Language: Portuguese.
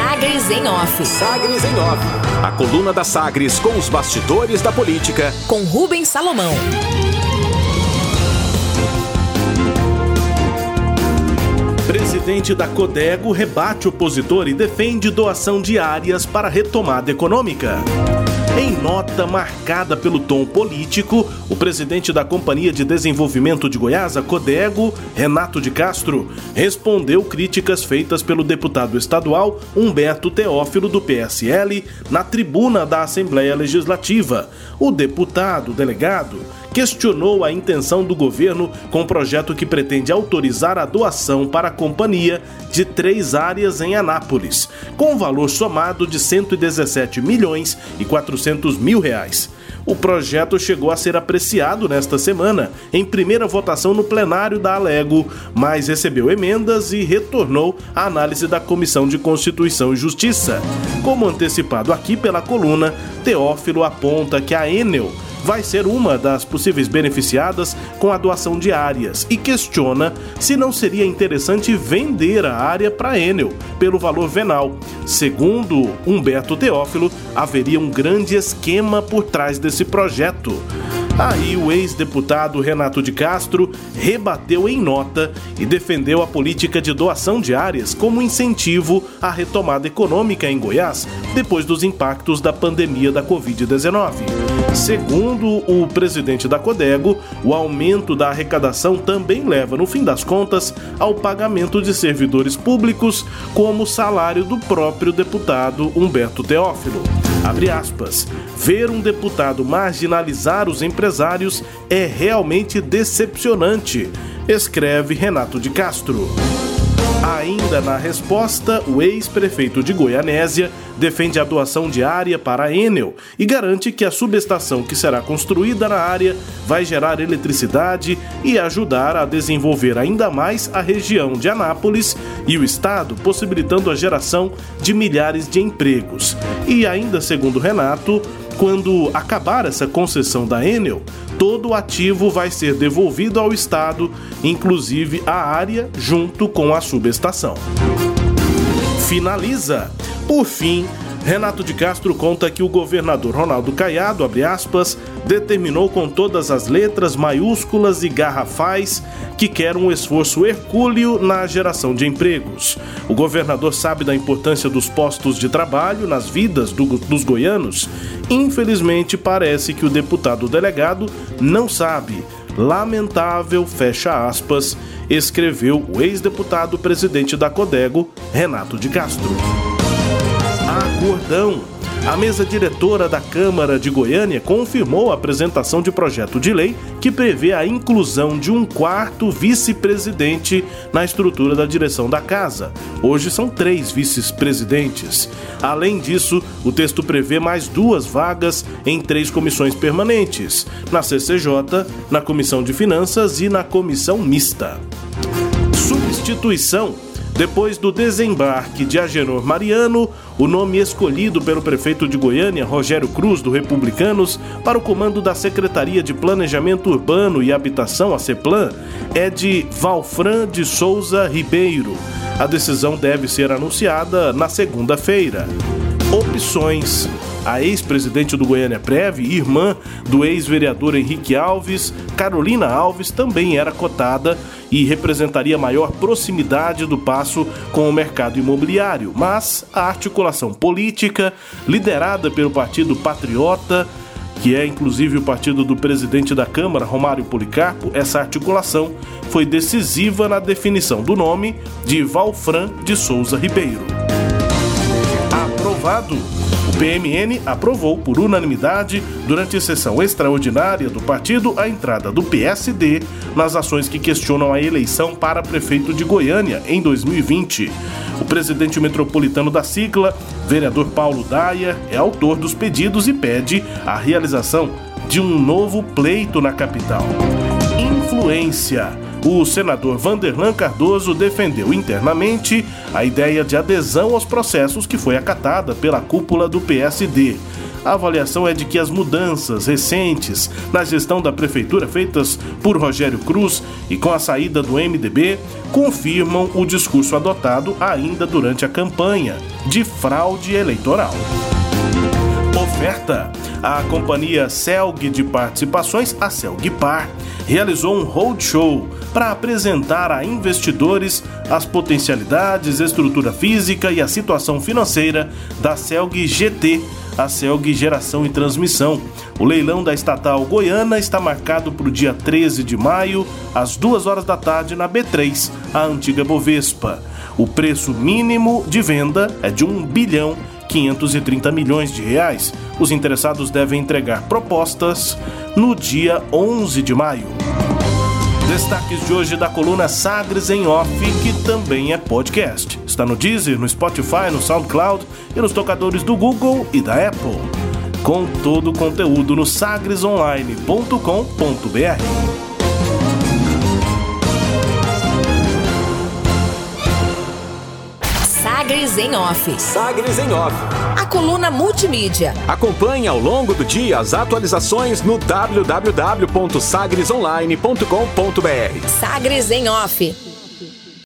Sagres em Off. Sagres em Off. A coluna da Sagres com os bastidores da política. Com Rubens Salomão. Presidente da Codego rebate opositor e defende doação de áreas para retomada econômica. Em nota marcada pelo tom político, o presidente da Companhia de Desenvolvimento de Goiás, a Codego, Renato de Castro, respondeu críticas feitas pelo deputado estadual Humberto Teófilo, do PSL, na tribuna da Assembleia Legislativa. O delegado, questionou a intenção do governo com um projeto que pretende autorizar a doação para a companhia de 3 áreas em Anápolis, com um valor somado de R$ 117.400.000. O projeto chegou a ser apreciado nesta semana, em primeira votação no plenário da Alego, mas recebeu emendas e retornou à análise da Comissão de Constituição e Justiça. Como antecipado aqui pela coluna, Teófilo aponta que a Enel vai ser uma das possíveis beneficiadas com a doação de áreas e questiona se não seria interessante vender a área para a Enel pelo valor venal. Segundo Humberto Teófilo, haveria um grande esquema por trás desse projeto. Aí o ex-deputado Renato de Castro rebateu em nota e defendeu a política de doação de áreas como incentivo à retomada econômica em Goiás depois dos impactos da pandemia da Covid-19. Segundo o presidente da Codego, o aumento da arrecadação também leva, no fim das contas, ao pagamento de servidores públicos, como o salário do próprio deputado Humberto Teófilo. Abre aspas. Ver um deputado marginalizar os empresários é realmente decepcionante, escreve Renato de Castro. Ainda na resposta, o ex-prefeito de Goianésia defende a doação de área para a Enel e garante que a subestação que será construída na área vai gerar eletricidade e ajudar a desenvolver ainda mais a região de Anápolis e o estado, possibilitando a geração de milhares de empregos. E ainda segundo Renato, quando acabar essa concessão da Enel, todo o ativo vai ser devolvido ao Estado, inclusive a área junto com a subestação. Finaliza. Por fim, Renato de Castro conta que o governador Ronaldo Caiado, abre aspas, determinou com todas as letras maiúsculas e garrafais que quer um esforço hercúleo na geração de empregos. O governador sabe da importância dos postos de trabalho nas vidas dos goianos. Infelizmente, parece que o deputado delegado não sabe. Lamentável, fecha aspas, escreveu o ex-deputado presidente da Codego, Renato de Castro. Acordão. A mesa diretora da Câmara de Goiânia confirmou a apresentação de projeto de lei que prevê a inclusão de um 4º vice-presidente na estrutura da direção da casa. Hoje são 3 vice-presidentes. Além disso, o texto prevê mais 2 vagas em 3 comissões permanentes, na CCJ, na Comissão de Finanças e na Comissão Mista. Substituição. Depois do desembarque de Agenor Mariano, o nome escolhido pelo prefeito de Goiânia, Rogério Cruz, do Republicanos, para o comando da Secretaria de Planejamento Urbano e Habitação, a CEPLAN, é de Valfran de Souza Ribeiro. A decisão deve ser anunciada na segunda-feira. Opções. A ex-presidente do Goiânia Prev, irmã do ex-vereador Henrique Alves, Carolina Alves, também era cotada e representaria maior proximidade do Paço com o mercado imobiliário, mas a articulação política, liderada pelo Partido Patriota, que é inclusive o partido do presidente da Câmara, Romário Policarpo, essa articulação foi decisiva na definição do nome de Valfran de Souza Ribeiro. Aprovado. O PMN aprovou por unanimidade, durante sessão extraordinária do partido, a entrada do PSD nas ações que questionam a eleição para prefeito de Goiânia em 2020. O presidente metropolitano da sigla, vereador Paulo Daia, é autor dos pedidos e pede a realização de um novo pleito na capital. Influência. O senador Vanderlan Cardoso defendeu internamente a ideia de adesão aos processos que foi acatada pela cúpula do PSD. a avaliação é de que as mudanças recentes na gestão da prefeitura feitas por Rogério Cruz e com a saída do MDB confirmam o discurso adotado ainda durante a campanha de fraude eleitoral. Oferta. A companhia Celg de Participações, a Celgpar, realizou um roadshow para apresentar a investidores as potencialidades, estrutura física e a situação financeira da Celg GT, a Celg Geração e Transmissão. O leilão da estatal goiana está marcado para o dia 13 de maio, às 2 horas da tarde, na B3, a antiga Bovespa. O preço mínimo de venda é de R$1 bilhão 530 milhões de reais. Os interessados devem entregar propostas no dia 11 de maio. Destaques de hoje da coluna Sagres em Off, que também é podcast. Está no Deezer, no Spotify, no SoundCloud e nos tocadores do Google e da Apple. Com todo o conteúdo no sagresonline.com.br. Sagres em Off. Sagres em Off. A coluna multimídia. Acompanhe ao longo do dia as atualizações no www.sagresonline.com.br. Sagres em Off.